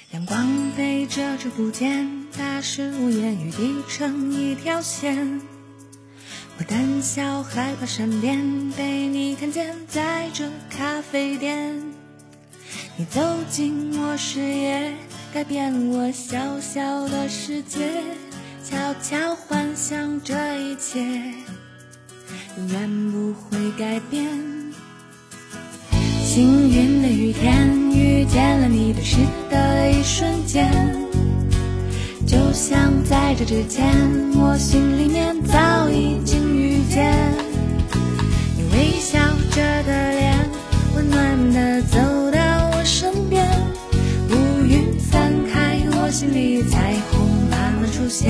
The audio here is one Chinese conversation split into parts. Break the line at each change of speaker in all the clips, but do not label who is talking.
阳光被遮住不见，大事无言，雨滴成一条线。我胆小害怕闪电，被你看见在这咖啡店。你走进我视野，改变我小小的世界，悄悄幻想这一切永远不会改变。幸运的雨天，遇见了你对视的一瞬间，就像在这之前，我心里面早已经遇见。你微笑着的脸，温暖地走到我身边，乌云散开，我心里彩虹慢慢出现。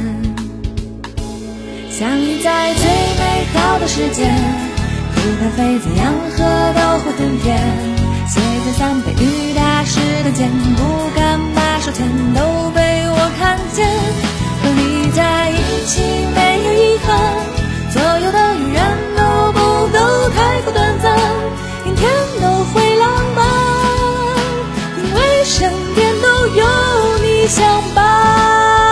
相遇在最美好的时间，不咖啡怎样喝都会很甜，写着3杯雨打湿的肩，不敢把手牵，都被我看见。和你在一起没有遗憾，所有的语言都不够太过短暂，明天都会浪漫，因为身边都有你相伴。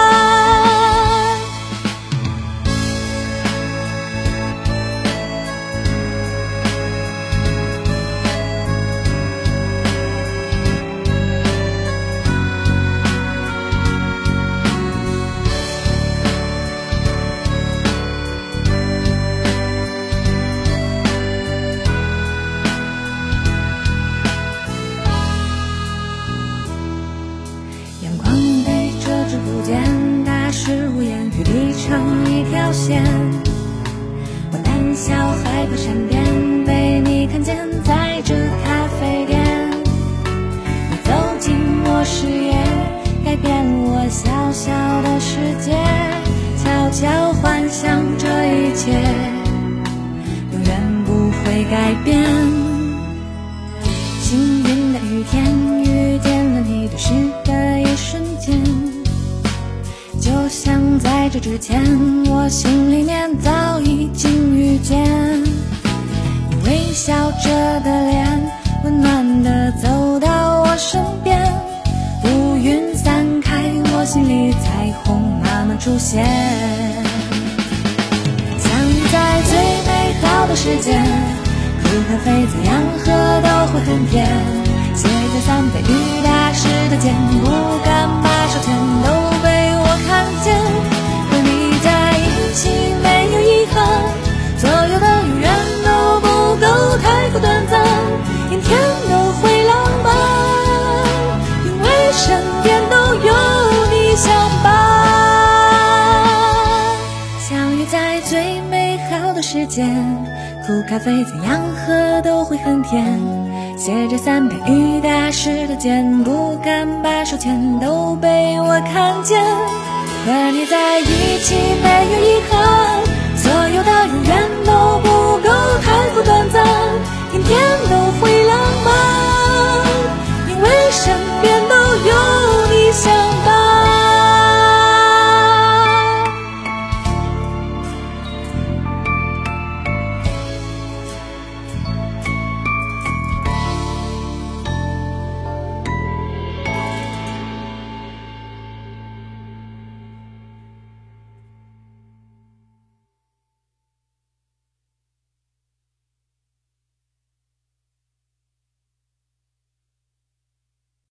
大事无言，雨滴成一条线。我胆小害怕闪电，被你看见在这咖啡店。你走进我视野，改变我小小的世界，悄悄幻想这一切永远不会改变。幸运的雨天，遇见了你对视的一瞬间，就像在这之前，我心里面早已经遇见。你微笑着的脸，温暖地走到我身边，乌云散开，我心里彩虹慢慢出现。相遇在最美好的时间，苦咖啡怎样喝都会很甜，写着3杯雨打湿的肩，不敢把手牵，都被我看见。和你在一起没有遗憾，所有的语言都不够太过短暂，明天都会浪漫，因为身边都有你相伴。相遇在最美好的时间，苦咖啡怎样喝都会很甜，写着3杯雨打湿的肩，不敢把手牵，都被我看见。和你在一起没有遗